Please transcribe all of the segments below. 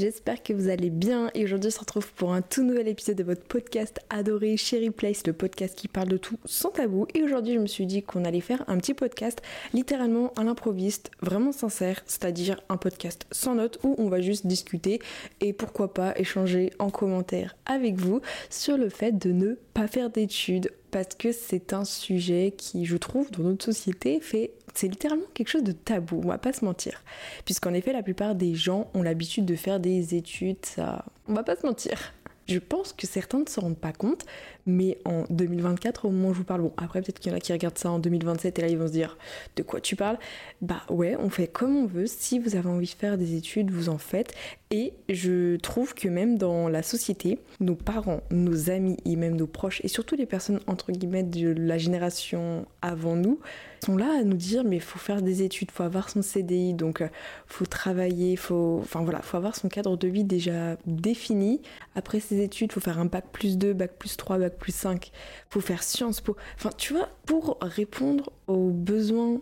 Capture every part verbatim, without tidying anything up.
j'espère que vous allez bien et aujourd'hui on se retrouve pour un tout nouvel épisode de votre podcast adoré Chérie Place, le podcast qui parle de tout sans tabou. Et aujourd'hui je me suis dit qu'on allait faire un petit podcast littéralement à l'improviste, vraiment sincère, c'est-à-dire un podcast sans notes où on va juste discuter et pourquoi pas échanger en commentaire avec vous sur le fait de ne pas faire d'études, parce que c'est un sujet qui, je trouve, dans notre société, fait, c'est littéralement quelque chose de tabou, on va pas se mentir. Puisqu'en effet, la plupart des gens ont l'habitude de faire des études, ça, on va pas se mentir. Je pense que certains ne se rendent pas compte, mais en deux mille vingt-quatre, au moment où je vous parle, bon, après peut-être qu'il y en a qui regardent ça en deux mille vingt-sept et là ils vont se dire de quoi tu parles. Bah ouais, on fait comme on veut, si vous avez envie de faire des études, vous en faites. Et je trouve que même dans la société, nos parents, nos amis et même nos proches, et surtout les personnes entre guillemets de la génération avant nous, sont là à nous dire mais faut faire des études, faut avoir son C D I, donc faut travailler, faut, enfin voilà, faut avoir son cadre de vie déjà défini. Après ces études, faut faire un bac plus deux, bac plus trois, bac plus cinq, faut faire Sciences Po. Enfin tu vois, pour répondre aux besoins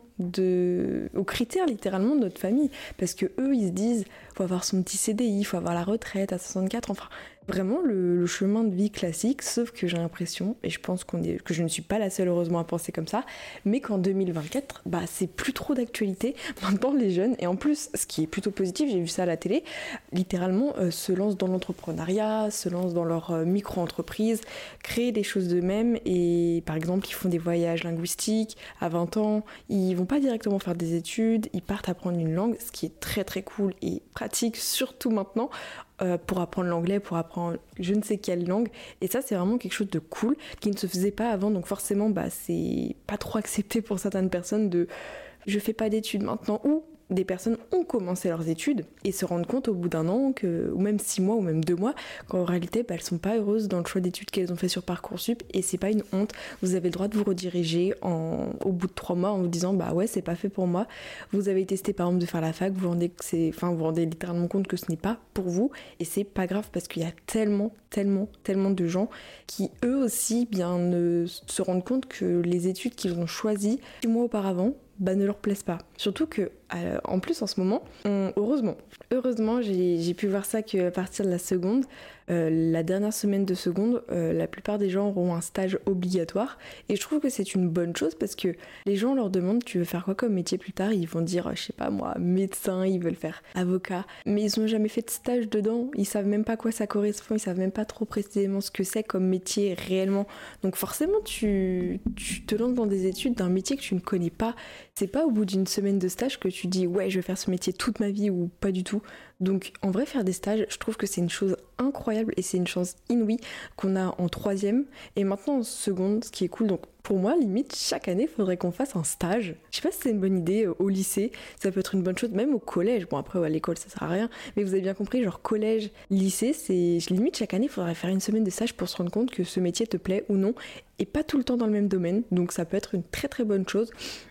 de, aux critères littéralement de notre famille, parce que eux ils se disent faut avoir son petit C D I, faut avoir la retraite à soixante-quatre, enfin vraiment le, le chemin de vie classique, sauf que j'ai l'impression, et je pense qu'on est, que je ne suis pas la seule heureusement à penser comme ça, mais qu'en deux mille vingt-quatre, bah c'est plus trop d'actualité. Maintenant les jeunes, et en plus ce qui est plutôt positif, j'ai vu ça à la télé, littéralement euh, se lancent dans l'entrepreneuriat, se lancent dans leur euh, micro-entreprise, créent des choses d'eux-mêmes, et par exemple ils font des voyages linguistiques à vingt ans, ils vont pas directement faire des études, ils partent apprendre une langue, ce qui est très très cool et pratique, surtout maintenant, euh, pour apprendre l'anglais, pour apprendre je ne sais quelle langue, et ça c'est vraiment quelque chose de cool qui ne se faisait pas avant, donc forcément bah c'est pas trop accepté pour certaines personnes de je fais pas d'études maintenant, ou des personnes ont commencé leurs études et se rendent compte au bout d'un an, que, ou même six mois ou même deux mois, qu'en réalité bah, elles sont pas heureuses dans le choix d'études qu'elles ont fait sur Parcoursup, et c'est pas une honte, vous avez le droit de vous rediriger en, au bout de trois mois en vous disant bah ouais c'est pas fait pour moi, vous avez testé par exemple de faire la fac, vous vous rendez, que c'est, enfin, vous, vous rendez littéralement compte que ce n'est pas pour vous, et c'est pas grave parce qu'il y a tellement, tellement, tellement de gens qui eux aussi bien ne se rendent compte que les études qu'ils ont choisies six mois auparavant bah ne leur plaisent pas. Surtout que, euh, en plus en ce moment, on, heureusement, heureusement j'ai, j'ai pu voir ça qu'à partir de la seconde, euh, la dernière semaine de seconde, euh, la plupart des gens auront un stage obligatoire, et je trouve que c'est une bonne chose parce que les gens leur demandent tu veux faire quoi comme métier plus tard, ils vont dire je sais pas moi, médecin, ils veulent faire avocat, mais ils ont jamais fait de stage dedans, ils savent même pas à quoi ça correspond, ils savent même pas trop précisément ce que c'est comme métier réellement, donc forcément tu, tu te lances dans des études d'un métier que tu ne connais pas. C'est pas au bout d'une semaine de stage que tu dis ouais je vais faire ce métier toute ma vie, ou pas du tout. Donc en vrai faire des stages, je trouve que c'est une chose incroyable et c'est une chance inouïe qu'on a en troisième et maintenant en seconde, ce qui est cool. Donc pour moi limite chaque année il faudrait qu'on fasse un stage. Je sais pas si c'est une bonne idée, euh, au lycée ça peut être une bonne chose, même au collège, bon après ouais, à l'école ça sert à rien, mais vous avez bien compris, genre collège, lycée, c'est limite chaque année il faudrait faire une semaine de stage pour se rendre compte que ce métier te plaît ou non, et pas tout le temps dans le même domaine, donc ça peut être une très très bonne chose.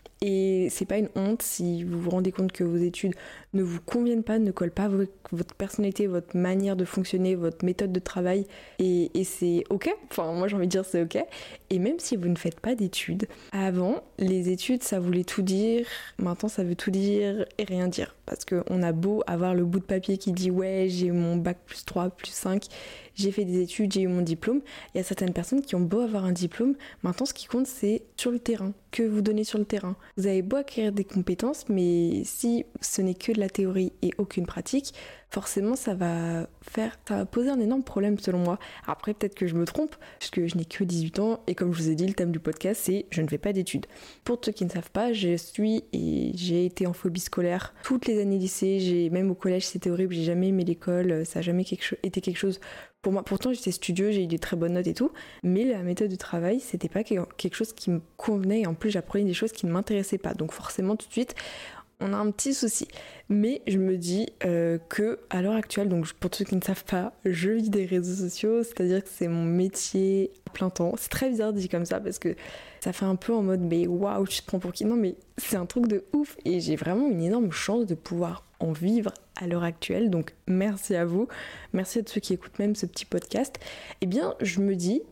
Et c'est pas une honte si vous vous rendez compte que vos études ne vous conviennent pas, ne collent pas à votre personnalité, votre manière de fonctionner, votre méthode de travail, et, et c'est ok, enfin moi j'ai envie de dire c'est ok. Et même si vous ne faites pas d'études, avant les études ça voulait tout dire, maintenant ça veut tout dire et rien dire, parce qu'on a beau avoir le bout de papier qui dit ouais j'ai mon bac plus trois, plus cinq, j'ai fait des études, j'ai eu mon diplôme, il y a certaines personnes qui ont beau avoir un diplôme, maintenant ce qui compte c'est sur le terrain, que vous donnez sur le terrain. Vous avez beau acquérir des compétences, mais si ce n'est que de la théorie et aucune pratique, forcément ça va faire, ça va poser un énorme problème selon moi. Après peut-être que je me trompe, puisque je n'ai que dix-huit ans, et comme je vous ai dit, le thème du podcast c'est je ne fais pas d'études. Pour ceux qui ne savent pas, je suis et j'ai été en phobie scolaire toutes les années lycée, j'ai, même au collège c'était horrible, j'ai jamais aimé l'école, ça n'a jamais quelque cho- été quelque chose pour moi. Pourtant j'étais studieux, j'ai eu des très bonnes notes et tout, mais la méthode de travail c'était pas quelque chose qui me convenait, et en plus j'apprenais des choses qui ne m'intéressaient pas, donc forcément tout de suite on a un petit souci. Mais je me dis euh, que à l'heure actuelle, donc pour ceux qui ne savent pas, je vis des réseaux sociaux, c'est-à-dire que c'est mon métier à plein temps. C'est très bizarre dit comme ça parce que ça fait un peu en mode mais waouh, tu te prends pour qui? Non mais c'est un truc de ouf, et j'ai vraiment une énorme chance de pouvoir en vivre à l'heure actuelle, donc merci à vous, merci à tous ceux qui écoutent même ce petit podcast. Eh bien je me dis que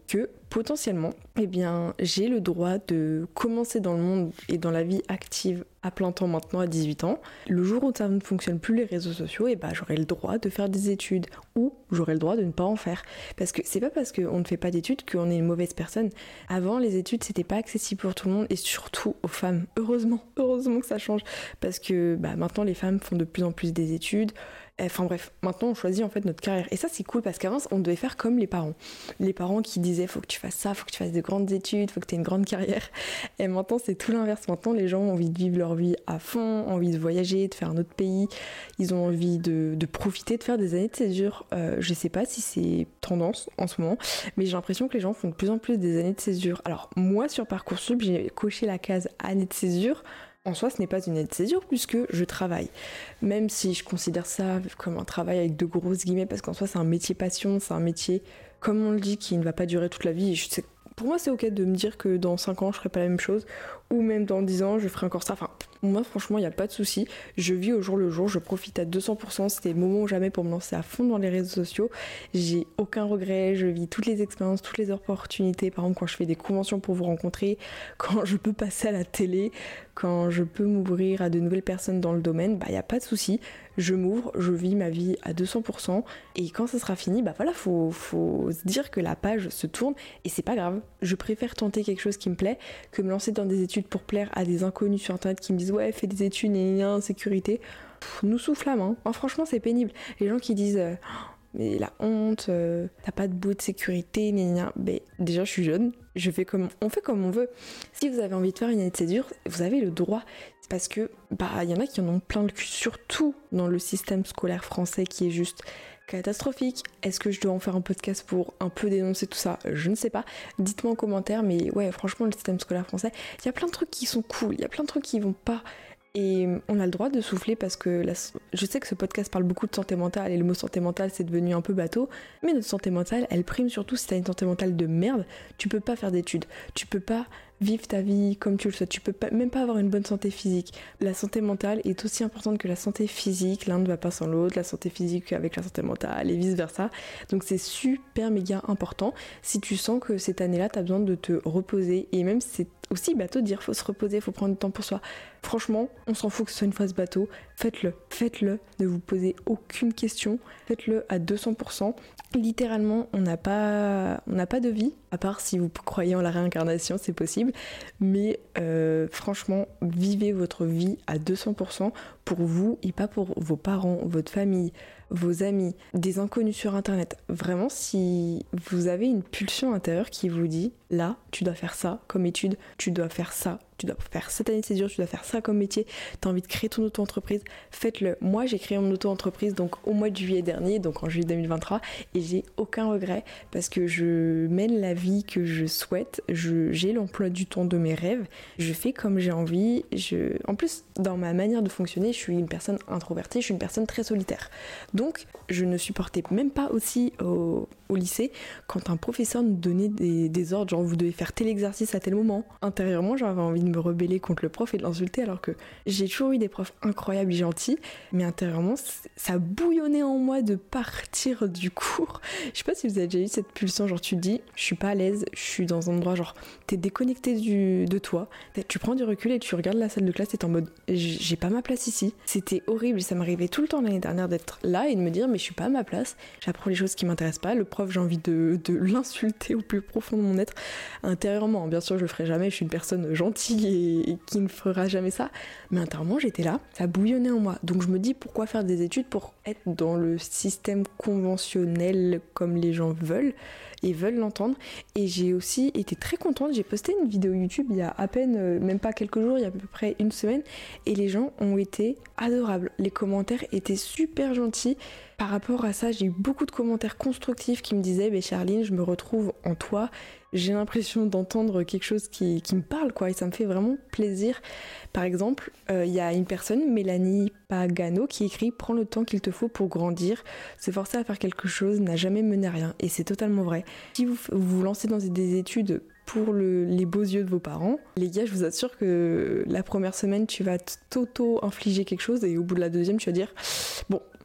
potentiellement, eh bien, j'ai le droit de commencer dans le monde et dans la vie active à plein temps maintenant à dix-huit ans. Le jour où ça ne fonctionne plus les réseaux sociaux, eh ben, j'aurai le droit de faire des études ou j'aurai le droit de ne pas en faire. Parce que c'est pas parce qu'on ne fait pas d'études qu'on est une mauvaise personne. Avant, les études, c'était pas accessible pour tout le monde et surtout aux femmes. Heureusement, heureusement que ça change. Parce que bah, maintenant, les femmes font de plus en plus des études. Enfin bref, maintenant on choisit en fait notre carrière. Et ça c'est cool parce qu'avant on devait faire comme les parents. Les parents qui disaient faut que tu fasses ça, faut que tu fasses de grandes études, faut que tu aies une grande carrière. Et maintenant c'est tout l'inverse. Maintenant les gens ont envie de vivre leur vie à fond, ont envie de voyager, de faire un autre pays. Ils ont envie de, de profiter, de faire des années de césure. Euh, je sais pas si c'est tendance en ce moment, mais j'ai l'impression que les gens font de plus en plus des années de césure. Alors moi sur Parcoursup j'ai coché la case année de césure. En soi, ce n'est pas une année de césure puisque je travaille. Même si je considère ça comme un travail avec de grosses guillemets, parce qu'en soi, c'est un métier passion, c'est un métier, comme on le dit, qui ne va pas durer toute la vie. Et je sais, pour moi, c'est ok de me dire que dans cinq ans, je ferai pas la même chose, ou même dans dix ans, je ferai encore ça. Enfin, moi, franchement, il n'y a pas de souci. Je vis au jour le jour, je profite à deux cents pour cent. C'était le moment ou jamais pour me lancer à fond dans les réseaux sociaux. J'ai aucun regret, je vis toutes les expériences, toutes les opportunités. Par exemple, quand je fais des conventions pour vous rencontrer, quand je peux passer à la télé, quand je peux m'ouvrir à de nouvelles personnes dans le domaine, bah, il n'y a pas de souci. Je m'ouvre, je vis ma vie à deux cents pour cent. Et quand ça sera fini, bah voilà, faut, faut se dire que la page se tourne et c'est pas grave. Je préfère tenter quelque chose qui me plaît que me lancer dans des études pour plaire à des inconnus sur internet qui me disent ouais, fais des études et y a insécurité. Pff, nous souffle la main. Oh, franchement, c'est pénible. Les gens qui disent euh, mais la honte, euh, t'as pas de bout de sécurité, gna gna. Ben, déjà, je suis jeune, je fais comme, on fait comme on veut. Si vous avez envie de faire une année de césure, vous avez le droit. C'est parce que, bah, il y en a qui en ont plein le cul, surtout dans le système scolaire français qui est juste catastrophique. Est-ce que je dois en faire un podcast pour un peu dénoncer tout ça ? Je ne sais pas. Dites-moi en commentaire, mais ouais, franchement, le système scolaire français, il y a plein de trucs qui sont cool, il y a plein de trucs qui vont pas. Et on a le droit de souffler parce que la... je sais que ce podcast parle beaucoup de santé mentale et le mot santé mentale c'est devenu un peu bateau, mais notre santé mentale elle prime surtout si t'as une santé mentale de merde, tu peux pas faire d'études, tu peux pas vivre ta vie comme tu le souhaites, tu peux pas, même pas avoir une bonne santé physique. La santé mentale est aussi importante que la santé physique, l'un ne va pas sans l'autre, la santé physique avec la santé mentale et vice versa. Donc c'est super méga important si tu sens que cette année-là t'as besoin de te reposer, et même si c'est aussi bateau de dire faut se reposer, faut prendre du temps pour soi. Franchement, on s'en fout que ce soit une phase bateau, faites-le, faites-le, ne vous posez aucune question, faites-le à deux cents pour cent. Littéralement, on n'a pas, on n'a pas de vie, à part si vous croyez en la réincarnation, c'est possible, mais euh, franchement, vivez votre vie à deux cents pour cent pour vous et pas pour vos parents, votre famille, vos amis, des inconnus sur internet. Vraiment, si vous avez une pulsion intérieure qui vous dit là, tu dois faire ça comme étude, tu dois faire ça, tu dois faire cette année de césure, tu dois faire ça comme métier, tu as envie de créer ton auto-entreprise, faites-le. Moi, j'ai créé mon auto-entreprise donc au mois de juillet dernier, donc en juillet deux mille vingt-trois, et j'ai aucun regret parce que je mène la vie que je souhaite, je, j'ai l'emploi du temps de mes rêves, je fais comme j'ai envie. Je... En plus, dans ma manière de fonctionner, je suis une personne introvertie, je suis une personne très solitaire. Donc, je ne supportais même pas aussi au, au lycée quand un professeur nous donnait des, des ordres, genre vous devez faire tel exercice à tel moment. Intérieurement, j'avais envie de me rebeller contre le prof et de l'insulter, alors que j'ai toujours eu des profs incroyables et gentils, mais intérieurement, ça bouillonnait en moi de partir du cours. Je sais pas si vous avez déjà eu cette pulsion, genre tu te dis, je suis pas à l'aise, je suis dans un endroit, genre t'es déconnecté du, de toi, tu prends du recul et tu regardes la salle de classe et t'es en mode, j'ai pas ma place ici. C'était horrible, ça m'arrivait tout le temps l'année dernière d'être là et de me dire, mais je suis pas à ma place, j'apprends les choses qui m'intéressent pas, le prof, j'ai envie de, de l'insulter au plus profond de mon être, intérieurement. Bien sûr, je le ferai jamais, je suis une personne gentille et, et qui ne fera jamais ça, mais intérieurement, j'étais là, ça bouillonnait en moi. Donc je me dis, pourquoi faire des études pour être dans le système conventionnel comme les gens veulent et veulent l'entendre. Et j'ai aussi été très contente, j'ai posté une vidéo YouTube il y a à peine, euh, même pas quelques jours, il y a à peu près une semaine, et les gens ont été adorables, les commentaires étaient super gentils. Par rapport à ça, j'ai eu beaucoup de commentaires constructifs qui me disaient bah, « Charline, je me retrouve en toi, j'ai l'impression d'entendre quelque chose qui, qui me parle, quoi, et ça me fait vraiment plaisir. » Par exemple, il euh, y a une personne, Mélanie Pagano, qui écrit « Prends le temps qu'il te faut pour grandir, se forcer à faire quelque chose n'a jamais mené à rien. » Et c'est totalement vrai. Si vous vous, vous lancez dans des études pour le, les beaux yeux de vos parents, les gars, je vous assure que la première semaine, tu vas t'auto-infliger quelque chose, et au bout de la deuxième, tu vas dire « Bon,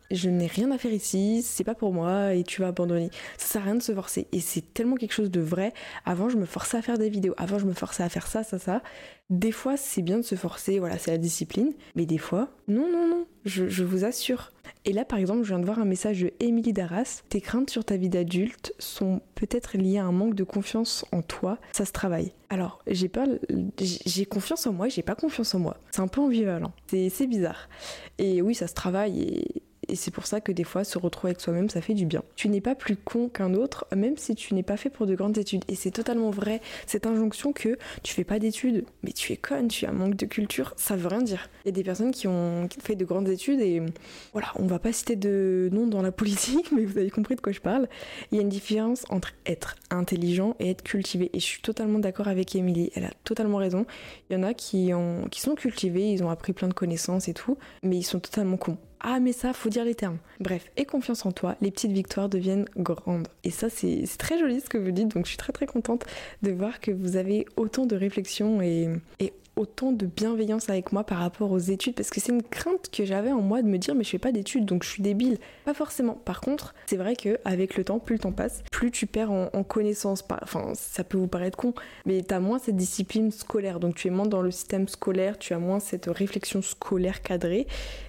je n'ai rien à faire ici, c'est pas pour moi et tu vas abandonner. Ça sert à rien de se forcer et c'est tellement quelque chose de vrai. Avant je me forçais à faire des vidéos, avant je me forçais à faire ça, ça, ça. Des fois c'est bien de se forcer, voilà c'est la discipline, mais des fois non, non, non, je, je vous assure. Et là par exemple je viens de voir un message de Émilie Darras, tes craintes sur ta vie d'adulte sont peut-être liées à un manque de confiance en toi, ça se travaille. Alors j'ai pas, j'ai confiance en moi et j'ai pas confiance en moi, c'est un peu ambivalent, c'est, c'est bizarre. Et oui ça se travaille et... Et c'est pour ça que des fois, se retrouver avec soi-même, ça fait du bien. Tu n'es pas plus con qu'un autre, même si tu n'es pas fait pour de grandes études. Et c'est totalement vrai, cette injonction que tu fais pas d'études, mais tu es conne, tu as un manque de culture, ça veut rien dire. Il y a des personnes qui ont fait de grandes études et voilà, on va pas citer de nom dans la politique, mais vous avez compris de quoi je parle. Il y a une différence entre être intelligent et être cultivé. Et je suis totalement d'accord avec Émilie, elle a totalement raison. Il y en a qui, ont, qui sont cultivés, ils ont appris plein de connaissances et tout, mais ils sont totalement cons. Ah mais ça, faut dire les termes. Bref, aie confiance en toi, les petites victoires deviennent grandes. Et ça, c'est, c'est très joli ce que vous dites, donc je suis très très contente de voir que vous avez autant de réflexion et, et autant de bienveillance avec moi par rapport aux études, parce que c'est une crainte que j'avais en moi de me dire mais je fais pas d'études donc je suis débile. Pas forcément. Par contre, c'est vrai qu'avec le temps, plus le temps passe, plus tu perds en, en connaissances. Enfin, ça peut vous paraître con, mais t'as moins cette discipline scolaire, donc tu es moins dans le système scolaire, tu as moins cette réflexion scolaire cadrée,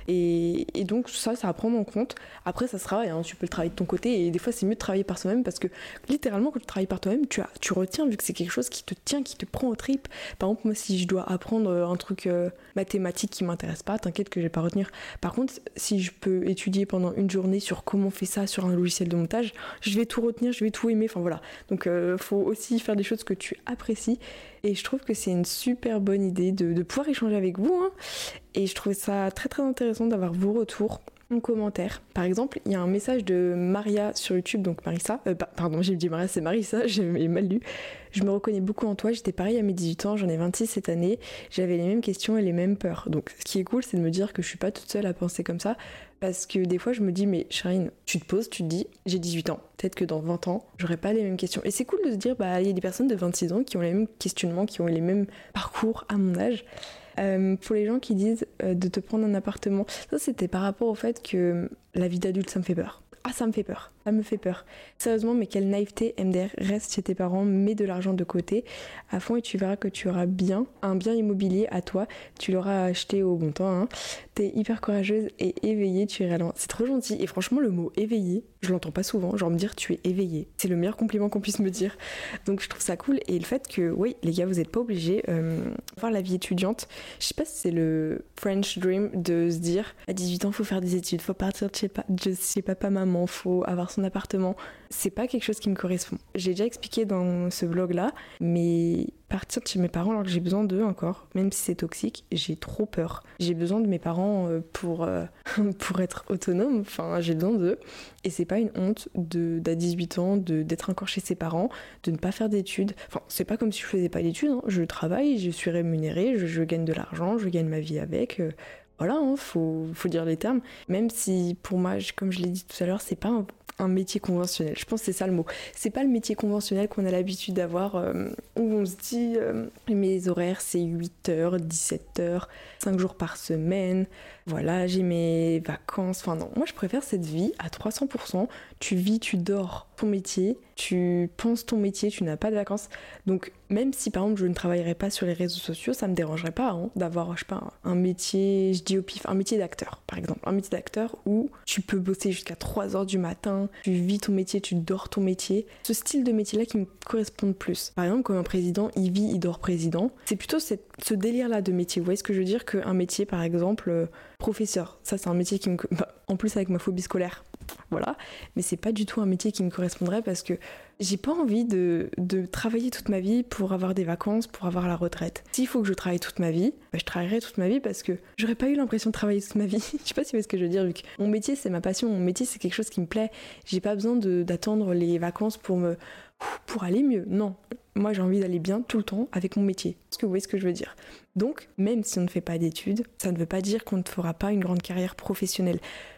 et, et donc ça, ça à prendre en compte. Après, ça se travaille, hein, tu peux le travailler de ton côté, et des fois c'est mieux de travailler par soi-même, parce que littéralement quand tu travailles par toi-même, tu, as, tu retiens, vu que c'est quelque chose qui te tient, qui te prend aux tripes. Par exemple, moi si je dois apprendre un truc euh, mathématique qui m'intéresse pas, t'inquiète que je vais pas retenir. Par contre, si je peux étudier pendant une journée sur comment on fait ça sur un logiciel de montage, je vais tout retenir, je vais tout aimer, enfin voilà. Donc euh, faut aussi faire des choses que tu apprécies, et je trouve que c'est une super bonne idée de, de pouvoir échanger avec vous, hein. Et je trouve ça très très intéressant d'avoir vos retours en commentaire. Par exemple, il y a un message de Maria sur YouTube, donc Marissa, euh, pardon, j'ai dit Maria, c'est Marissa, j'ai mal lu. Je me reconnais beaucoup en toi, j'étais pareil à mes dix-huit ans, j'en ai vingt-six cette année, j'avais les mêmes questions et les mêmes peurs. Donc ce qui est cool, c'est de me dire que je suis pas toute seule à penser comme ça, parce que des fois je me dis, mais Charine, tu te poses, tu te dis, j'ai dix-huit ans, peut-être que dans vingt ans, j'aurai pas les mêmes questions. Et c'est cool de se dire, bah il y a des personnes de vingt-six ans qui ont les mêmes questionnements, qui ont les mêmes parcours à mon âge. Euh, pour les gens qui disent euh, de te prendre un appartement, ça c'était par rapport au fait que la vie d'adulte ça me fait peur. Ah ça me fait peur, ça me fait peur. Sérieusement, mais quelle naïveté, M D R, reste chez tes parents, mets de l'argent de côté à fond et tu verras que tu auras bien un bien immobilier à toi, tu l'auras acheté au bon temps, hein. T'es hyper courageuse et éveillée, tu iras loin. C'est trop gentil, et franchement le mot éveillé, je l'entends pas souvent, genre me dire tu es éveillée, c'est le meilleur compliment qu'on puisse me dire. Donc je trouve ça cool, et le fait que, oui les gars, vous êtes pas obligés euh, voir la vie étudiante, je sais pas si c'est le French dream de se dire à dix-huit ans faut faire des études, faut partir de chez, pa- de chez papa maman, faut avoir son appartement. C'est pas quelque chose qui me correspond. J'ai déjà expliqué dans ce vlog là, mais partir de chez mes parents alors que j'ai besoin d'eux encore, même si c'est toxique, j'ai trop peur. J'ai besoin de mes parents pour, euh, pour être autonome, enfin j'ai besoin d'eux. Et c'est pas une honte de, d'à dix-huit ans de, d'être encore chez ses parents, de ne pas faire d'études. Enfin, c'est pas comme si je faisais pas d'études, hein. Je travaille, je suis rémunérée, je, je gagne de l'argent, je gagne ma vie avec. Euh, voilà, hein, faut, faut dire les termes. Même si pour moi, comme je l'ai dit tout à l'heure, c'est pas un, un métier conventionnel. Je pense que c'est ça le mot. C'est pas le métier conventionnel qu'on a l'habitude d'avoir, euh, où on se dit euh, mes horaires c'est huit heures, dix-sept heures, cinq jours par semaine. Voilà, j'ai mes vacances. Enfin non, moi je préfère cette vie à trois cents pour cent. Tu vis, tu dors ton métier, tu penses ton métier, tu n'as pas de vacances. Donc même si par exemple je ne travaillerais pas sur les réseaux sociaux, ça me dérangerait pas hein, d'avoir, je sais pas, un métier, je dis au pif, un métier d'acteur par exemple. Un métier d'acteur où tu peux bosser jusqu'à trois heures du matin, tu vis ton métier, tu dors ton métier. Ce style de métier-là qui me correspond le plus. Par exemple, comme un président, il vit, il dort président. C'est plutôt cette, ce délire-là de métier. Vous voyez ce que je veux dire, qu'un métier par exemple, euh, professeur. Ça c'est un métier qui me... Bah, en plus avec ma phobie scolaire. Voilà, mais c'est pas du tout un métier qui me correspondrait parce que j'ai pas envie de, de travailler toute ma vie pour avoir des vacances, pour avoir la retraite. S'il faut que je travaille toute ma vie, bah je travaillerai toute ma vie parce que j'aurais pas eu l'impression de travailler toute ma vie. Je sais pas si vous voyez ce que je veux dire, vu que mon métier c'est ma passion, mon métier c'est quelque chose qui me plaît. J'ai pas besoin de, d'attendre les vacances pour me pour aller mieux. Non, moi j'ai envie d'aller bien tout le temps avec mon métier. Est-ce que vous voyez ce que je veux dire? Donc, même si on ne fait pas d'études, ça ne veut pas dire qu'on ne fera pas une grande carrière professionnelle.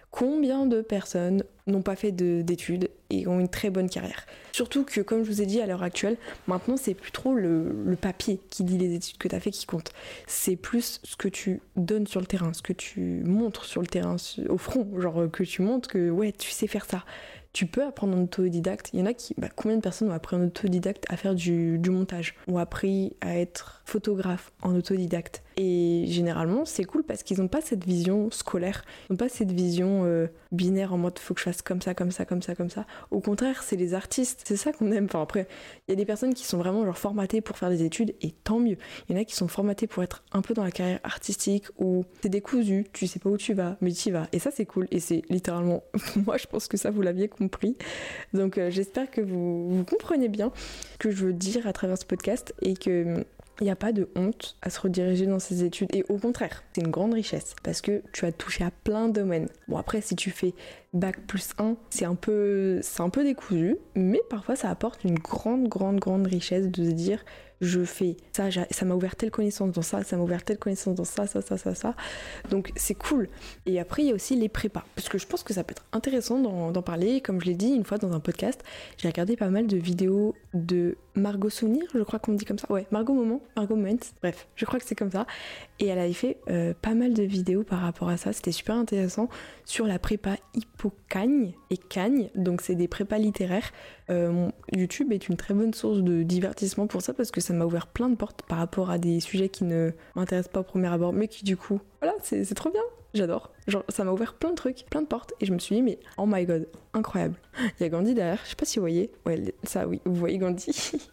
Combien de personnes n'ont pas fait de, d'études et ont une très bonne carrière? Surtout que, comme je vous ai dit, à l'heure actuelle, maintenant c'est plus trop le, le papier qui dit les études que tu as fait qui compte. C'est plus ce que tu donnes sur le terrain, ce que tu montres sur le terrain, au front, genre que tu montres que ouais, tu sais faire ça. Tu peux apprendre en autodidacte. Il y en a qui... Bah, combien de personnes ont appris en autodidacte à faire du, du montage, ont appris à être photographe en autodidacte? Et généralement, c'est cool parce qu'ils n'ont pas cette vision scolaire, ils n'ont pas cette vision euh, binaire en mode faut que je fasse comme ça, comme ça, comme ça, comme ça. Au contraire, c'est les artistes, c'est ça qu'on aime. Enfin après, il y a des personnes qui sont vraiment genre formatées pour faire des études et tant mieux. Il y en a qui sont formatées pour être un peu dans la carrière artistique où c'est décousu, tu sais pas où tu vas, mais tu y vas. Et ça, c'est cool. Et c'est littéralement, moi je pense que ça vous l'aviez compris. Donc euh, j'espère que vous, vous comprenez bien ce que je veux dire à travers ce podcast et que il n'y a pas de honte à se rediriger dans ses études. Et au contraire, c'est une grande richesse parce que tu as touché à plein de domaines. Bon après, si tu fais bac plus un, c'est un peu, c'est un peu décousu, mais parfois ça apporte une grande, grande, grande richesse de se dire je fais ça, ça m'a ouvert telle connaissance dans ça, ça m'a ouvert telle connaissance dans ça, ça, ça, ça, ça. Donc c'est cool. Et après, il y a aussi les prépas. Parce que je pense que ça peut être intéressant d'en, d'en parler. Comme je l'ai dit une fois dans un podcast, j'ai regardé pas mal de vidéos de Margot Souvenir, je crois qu'on me dit comme ça. Ouais, Margot Moment, Margot Moments, bref, je crois que c'est comme ça. Et elle avait fait euh, pas mal de vidéos par rapport à ça. C'était super intéressant sur la prépa Hippocagne et Cagne. Donc c'est des prépas littéraires. Euh, mon YouTube est une très bonne source de divertissement pour ça parce que ça m'a ouvert plein de portes par rapport à des sujets qui ne m'intéressent pas au premier abord, mais qui du coup, voilà, c'est, c'est trop bien. J'adore. Genre, ça m'a ouvert plein de trucs, plein de portes, et je me suis dit, mais oh my god, incroyable. Il y a Gandhi derrière, je sais pas si vous voyez. Ouais, ça, oui, vous voyez Gandhi.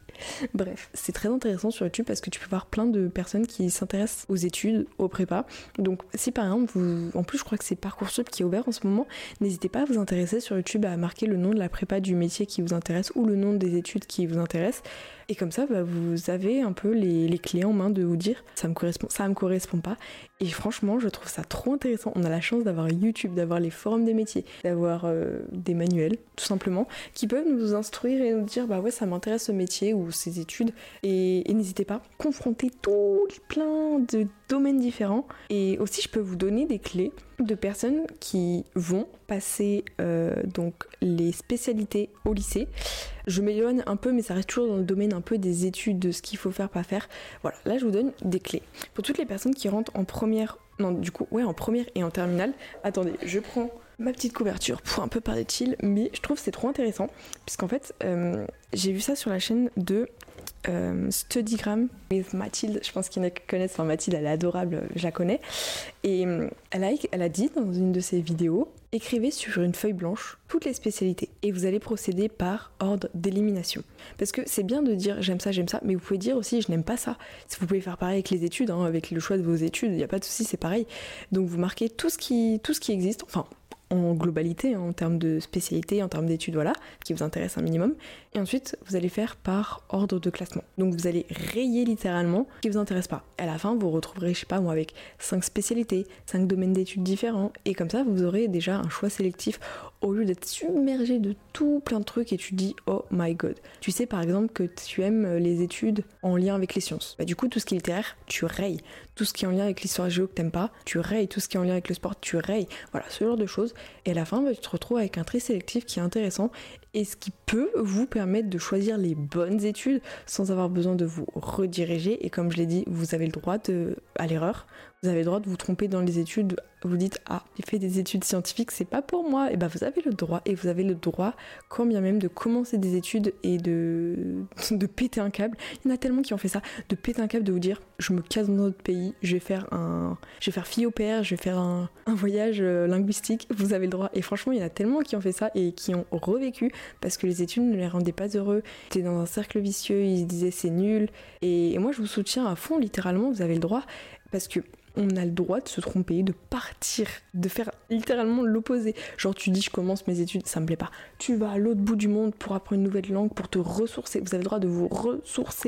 Bref, c'est très intéressant sur YouTube parce que tu peux voir plein de personnes qui s'intéressent aux études, aux prépas. Donc, si par exemple, vous... en plus, je crois que c'est Parcoursup qui est ouvert en ce moment, n'hésitez pas à vous intéresser sur YouTube à marquer le nom de la prépa du métier qui vous intéresse ou le nom des études qui vous intéressent. Et comme ça, bah, vous avez un peu les, les clés en main de vous dire ça me correspond, ça me correspond pas. Et franchement, je trouve ça trop intéressant. On a la chance d'avoir YouTube, d'avoir les forums des métiers, d'avoir euh, des manuels, tout simplement, qui peuvent nous instruire et nous dire bah ouais, ça m'intéresse ce métier ou ces études. Et, et n'hésitez pas, confrontez tout plein de domaines différents. Et aussi, je peux vous donner des clés de personnes qui vont passer euh, donc les spécialités au lycée. Je m'éloigne un peu, mais ça reste toujours dans le domaine un peu des études, de ce qu'il faut faire, pas faire. Voilà, là je vous donne des clés. Pour toutes les personnes qui rentrent en première, non du coup, ouais, en première et en terminale. Attendez, je prends ma petite couverture pour un peu parler de chill, mais je trouve que c'est trop intéressant, puisqu'en fait, euh, j'ai vu ça sur la chaîne de Euh, Studygram with Mathilde, je pense qu'il y en a qui connaissent, enfin Mathilde elle est adorable, je la connais, et euh, elle, a, elle a dit dans une de ses vidéos, écrivez sur une feuille blanche toutes les spécialités et vous allez procéder par ordre d'élimination. Parce que c'est bien de dire j'aime ça, j'aime ça, mais vous pouvez dire aussi je n'aime pas ça. Vous pouvez faire pareil avec les études, hein, avec le choix de vos études, il n'y a pas de souci, c'est pareil. Donc vous marquez tout ce qui, tout ce qui existe, enfin en globalité, hein, en termes de spécialité, en termes d'études, voilà, qui vous intéresse un minimum. Et ensuite, vous allez faire par ordre de classement. Donc vous allez rayer littéralement ce qui vous intéresse pas. À la fin, vous retrouverez, je sais pas moi, avec cinq spécialités, cinq domaines d'études différents. Et comme ça, vous aurez déjà un choix sélectif au lieu d'être submergé de tout plein de trucs et tu te dis oh my god. Tu sais par exemple que tu aimes les études en lien avec les sciences. Bah, du coup, tout ce qui est littéraire, tu rayes. Tout ce qui est en lien avec l'histoire géo que t'aimes pas, tu rayes. Tout ce qui est en lien avec le sport, tu rayes. Voilà, ce genre de choses. Et à la fin, bah, tu te retrouves avec un tri sélectif qui est intéressant et ce qui peut vous permettre de choisir les bonnes études sans avoir besoin de vous rediriger. Et comme je l'ai dit, vous avez le droit de, à l'erreur, vous avez le droit de vous tromper dans les études. Vous dites ah, j'ai fait des études scientifiques, c'est pas pour moi. Et ben vous avez le droit, et vous avez le droit quand bien même de commencer des études et de de péter un câble. Il y en a tellement qui ont fait ça, de péter un câble, de vous dire je me casse dans notre pays, je vais faire un, je vais faire fille au père, je vais faire un, un voyage linguistique. Vous avez le droit. Et franchement, il y en a tellement qui ont fait ça et qui ont revécu parce que les études ne les rendaient pas heureux. Ils étaient dans un cercle vicieux, ils se disaient c'est nul. Et, et moi, je vous soutiens à fond, littéralement. Vous avez le droit parce que on a le droit de se tromper, de partir, de faire littéralement l'opposé. Genre tu dis je commence mes études, ça me plaît pas. Tu vas à l'autre bout du monde pour apprendre une nouvelle langue, pour te ressourcer. Vous avez le droit de vous ressourcer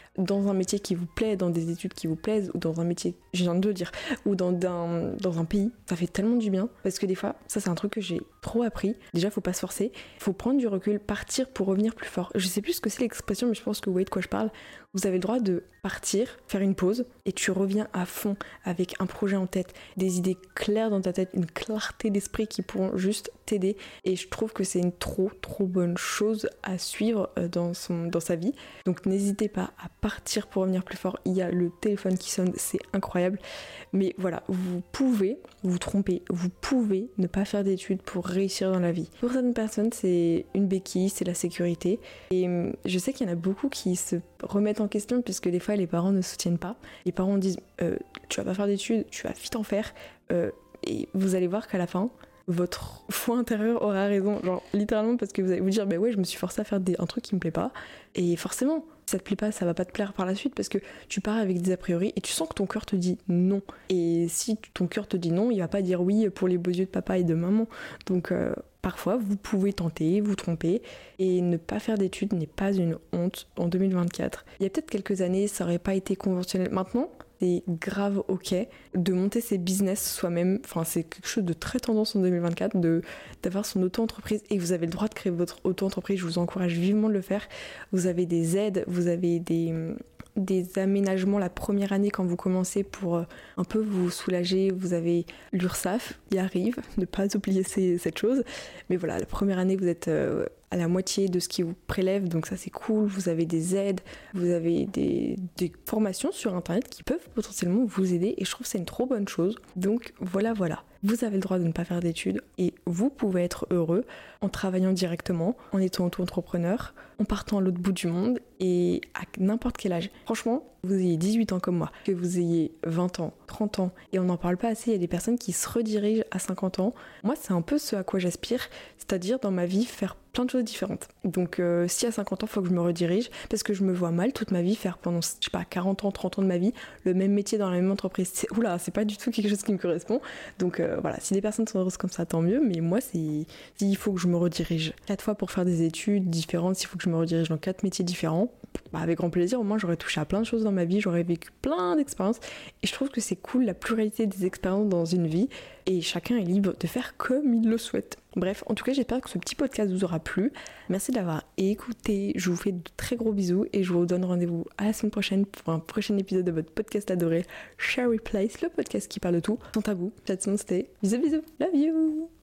dans un métier qui vous plaît, dans des études qui vous plaisent, ou dans un métier, je viens de le dire, ou dans, dans, dans un pays, ça fait tellement du bien. Parce que des fois, ça c'est un truc que j'ai trop appris. Déjà, faut pas se forcer, faut prendre du recul, partir pour revenir plus fort. Je sais plus ce que c'est l'expression, mais je pense que vous voyez de quoi je parle. Vous avez le droit de partir, faire une pause, et tu reviens à fond avec un projet en tête, des idées claires dans ta tête, une clarté d'esprit qui pourront juste t'aider. Et je trouve que c'est une trop trop bonne chose à suivre dans, son, dans sa vie. Donc n'hésitez pas à partir pour revenir plus fort. Il y a le téléphone qui sonne, c'est incroyable. Mais voilà, vous pouvez vous tromper, vous pouvez ne pas faire d'études pour réussir dans la vie. Pour certaines personnes, c'est une béquille, c'est la sécurité. Et je sais qu'il y en a beaucoup qui se remettent en question puisque des fois les parents ne soutiennent pas. Les parents disent euh, tu vas pas faire d'études, tu vas vite en faire. Euh, et vous allez voir qu'à la fin, votre foi intérieure aura raison, genre littéralement, parce que vous allez vous dire bah ouais, je me suis forcée à faire des, un truc qui me plaît pas, et forcément si ça te plaît pas, ça va pas te plaire par la suite parce que tu pars avec des a priori et tu sens que ton cœur te dit non, et si ton cœur te dit non, il va pas dire oui pour les beaux yeux de papa et de maman. Donc euh, parfois vous pouvez tenter, vous tromper, et ne pas faire d'études n'est pas une honte en deux mille vingt-quatre. Il y a peut-être quelques années ça aurait pas été conventionnel, maintenant c'est grave ok de monter ses business soi-même. Enfin, c'est quelque chose de très tendance en deux mille vingt-quatre, de, d'avoir son auto-entreprise, et vous avez le droit de créer votre auto-entreprise. Je vous encourage vivement de le faire. Vous avez des aides, vous avez des, des aménagements la première année quand vous commencez pour euh, un peu vous soulager. Vous avez l'URSSAF, y arrive, ne pas oublier ces, cette chose. Mais voilà, la première année vous êtes euh, à la moitié de ce qui vous prélève, donc ça c'est cool. Vous avez des aides, vous avez des, des formations sur internet qui peuvent potentiellement vous aider, et je trouve que c'est une trop bonne chose. Donc voilà voilà, vous avez le droit de ne pas faire d'études et vous pouvez être heureux en travaillant directement, en étant auto-entrepreneur, en partant à l'autre bout du monde et à n'importe quel âge. Franchement, vous ayez dix-huit ans comme moi, que vous ayez vingt ans, trente ans, et on n'en parle pas assez, il y a des personnes qui se redirigent à cinquante ans. Moi c'est un peu ce à quoi j'aspire, c'est-à-dire dans ma vie faire plein de choses différentes. Donc euh, si à cinquante ans il faut que je me redirige, parce que je me vois mal toute ma vie faire pendant, je sais pas, quarante ans, trente ans de ma vie le même métier dans la même entreprise. C'est, oula, c'est pas du tout quelque chose qui me correspond. Donc euh, voilà, si des personnes sont heureuses comme ça, tant mieux, mais moi c'est, s'il faut que je me redirige quatre fois pour faire des études différentes, s'il faut que je me redirige dans quatre métiers différents, bah avec grand plaisir. Au moins j'aurais touché à plein de choses dans ma vie, j'aurais vécu plein d'expériences, et je trouve que c'est cool la pluralité des expériences dans une vie, et chacun est libre de faire comme il le souhaite. Bref, en tout cas j'espère que ce petit podcast vous aura plu. Merci de l'avoir écouté, je vous fais de très gros bisous et je vous donne rendez-vous à la semaine prochaine pour un prochain épisode de votre podcast adoré Cherry Place, le podcast qui parle de tout sans tabou. Cette semaine c'était bisous bisous, love you.